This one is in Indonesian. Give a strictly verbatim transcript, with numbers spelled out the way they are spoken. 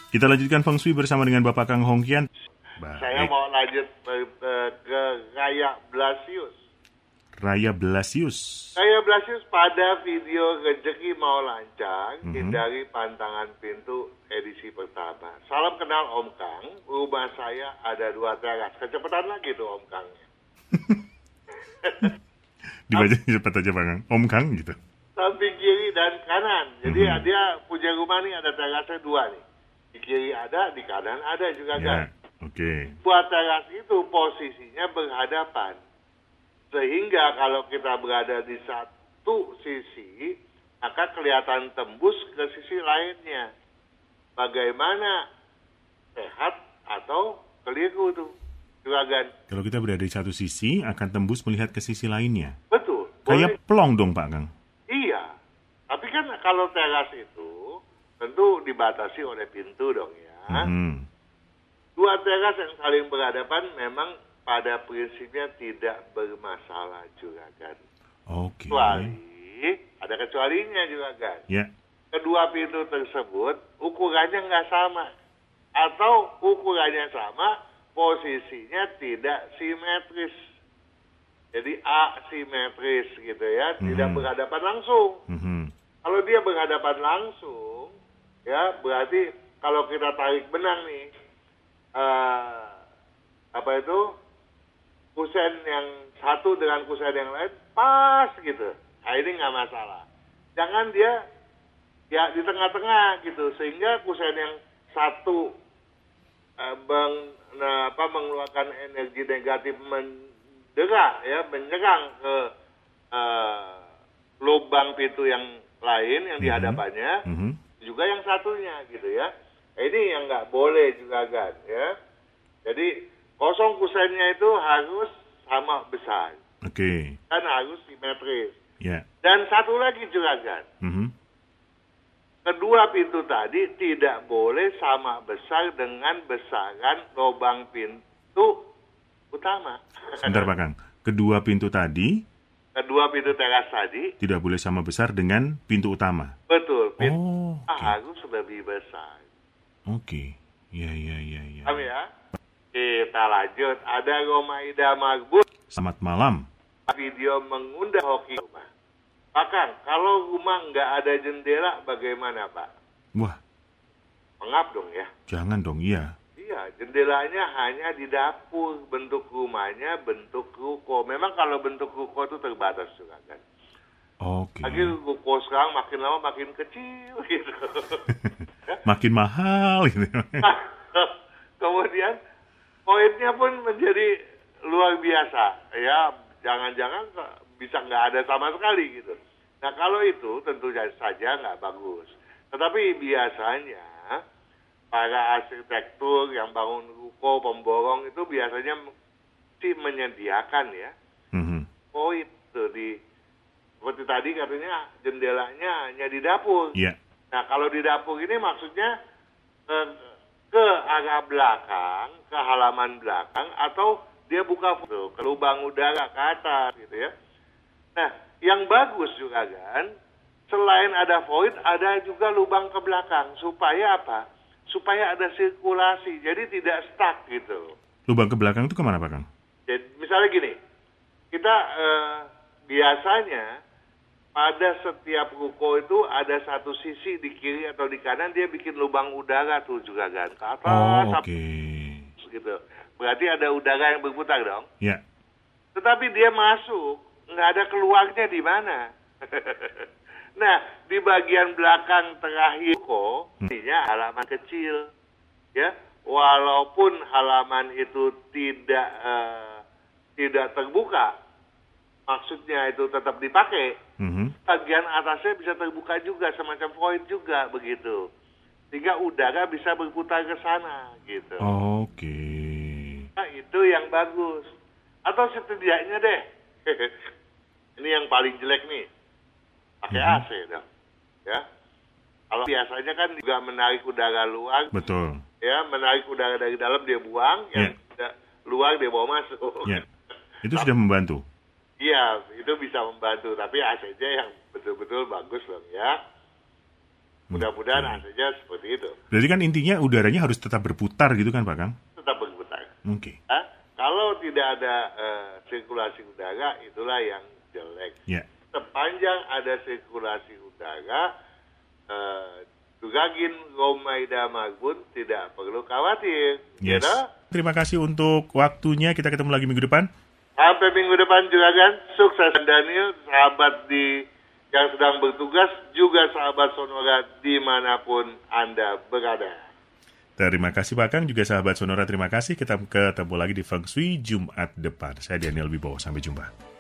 Kita lanjutkan Feng Shui bersama dengan Bapak Kang Hongkian. Baik. Saya mau lanjut ke, ke Raya Blasius. Raya Blasius. Raya Blasius pada video Rezeki Mau Lancar, Mhm. hindari pantangan pintu edisi pertama. Salam kenal Om Kang, rumah saya ada dua teras. Kecepatan lagi tuh Om Kangnya. Dibaca cepat aja Pak Kang. Om Kang gitu. Samping kiri dan kanan. Jadi Mhm. dia punya rumah nih ada terasnya dua nih. Di kiri ada, di kanan ada juga Ya, kan. oke. Okay. Buat teras itu posisinya berhadapan. Sehingga kalau kita berada di satu sisi, maka kelihatan tembus ke sisi lainnya. Bagaimana sehat atau keliru tuh, juragan. Kalau kita berada di satu sisi, akan tembus melihat ke sisi lainnya. Betul. Kayak Boleh. plong dong Pak Kang. Iya. Tapi kan kalau teras itu tentu dibatasi oleh pintu dong ya. Mhm. Dua teras yang saling berhadapan memang pada prinsipnya tidak bermasalah juragan. Oke. Kecuali, ada kecualinya juragan. Ya. Kedua pintu tersebut ukurannya nggak sama. Atau ukurannya sama, posisinya tidak simetris. Jadi asimetris gitu ya, tidak Mhm. berhadapan langsung. Mhm. Kalau dia berhadapan langsung, ya berarti kalau kita tarik benang nih, eh, apa itu, kusen yang satu dengan kusen yang lain pas gitu. Nah ini nggak masalah. Jangan dia ya di tengah-tengah gitu, sehingga kusen yang satu eh, bang, nah, apa, mengeluarkan energi negatif mendera ya, menyerang ke eh, lubang pintu yang lain yang di Mhm. hadapannya, Mhm. juga yang satunya gitu ya. Nah, ini yang nggak boleh juga kan ya. Jadi kosong kusennya itu harus sama besar Oke. dan harus simetris. Ya. Dan satu lagi juga kan, Mhm. kedua pintu tadi tidak boleh sama besar dengan besaran lubang pintu utama. Sebentar Pak Kang. Kedua pintu tadi Kedua pintu teras tadi tidak boleh sama besar dengan pintu utama. betul, pintu Oh, oke. harus lebih besar. Oke. Ya, ya, ya, ya. Paham ya? Kita lanjut. Ada Romaida Marbut Selamat malam. video mengundang hoki rumah. Bahkan kalau rumah nggak ada jendela bagaimana Pak? Wah, Mengap dong ya. jangan dong, iya. Iya, jendelanya hanya di dapur, bentuk rumahnya bentuk ruko. Memang kalau bentuk ruko itu terbatas juga kan. Oke. Lagi ruko sekarang makin lama makin kecil gitu. Makin mahal gitu. Kemudian poinnya pun menjadi luar biasa. Ya, jangan-jangan bisa nggak ada sama sekali gitu. Nah kalau itu tentu saja nggak bagus. Tetapi biasanya para arsitektur yang bangun ruko, pemborong itu biasanya sih menyediakan ya Mhm. poin tuh di seperti tadi katanya jendelanya hanya di dapur. Iya. Nah kalau di dapur ini maksudnya ke, ke arah belakang, ke halaman belakang, atau dia buka tuh, ke lubang udara ke atas gitu ya. Nah yang bagus juga kan, selain ada void ada juga lubang ke belakang supaya apa? Supaya ada sirkulasi, jadi tidak stuck gitu. Lubang ke belakang itu kemana Pak Kang? Jadi, misalnya gini, kita eh, biasanya pada setiap ruko itu ada satu sisi di kiri atau di kanan dia bikin lubang udara tuh juga kan, ke atas Oh, oke. sampai gitu. Berarti ada udara yang berputar dong. Ya. Tetapi dia masuk, nggak ada keluarnya di mana. Nah, di bagian belakang terakhir ruko, artinya halaman kecil, ya. Walaupun halaman itu tidak eh, tidak terbuka, maksudnya itu tetap dipakai. Mhm. Bagian atasnya bisa terbuka juga, semacam void juga begitu, sehingga udara bisa berputar ke sana, gitu. Oke. Nah, itu yang bagus. Atau setidaknya deh, ini yang paling jelek nih. Pakai Mhm. A C dong, ya. Kalau biasanya kan juga menarik udara luar, Betul. ya, menarik udara dari dalam dia buang, yang Ya. luar dia bawa masuk. Ya. Itu sudah membantu. Iya, itu bisa membantu, tapi A C-nya yang betul-betul bagus loh, ya. Mudah-mudahan Hmm. hasilnya seperti itu. Berarti kan intinya udaranya harus tetap berputar gitu kan Pak Kang? Tetap berputar. Oke. Ya, kalau tidak ada eh, sirkulasi udara, itulah yang jelek. Ya. Sepanjang ada sirkulasi udara, eh, Dugagin Romaida Marbun tidak perlu khawatir. Yes. Gitu? Terima kasih untuk waktunya. Kita ketemu lagi minggu depan. Sampai minggu depan juga kan. Sukses Daniel, sahabat di yang sedang bertugas, juga sahabat Sonora dimanapun Anda berada. Terima kasih Pak Kang, juga sahabat Sonora terima kasih. Kita ketemu lagi di Feng Shui Jumat depan. Saya Daniel Wibowo, sampai jumpa.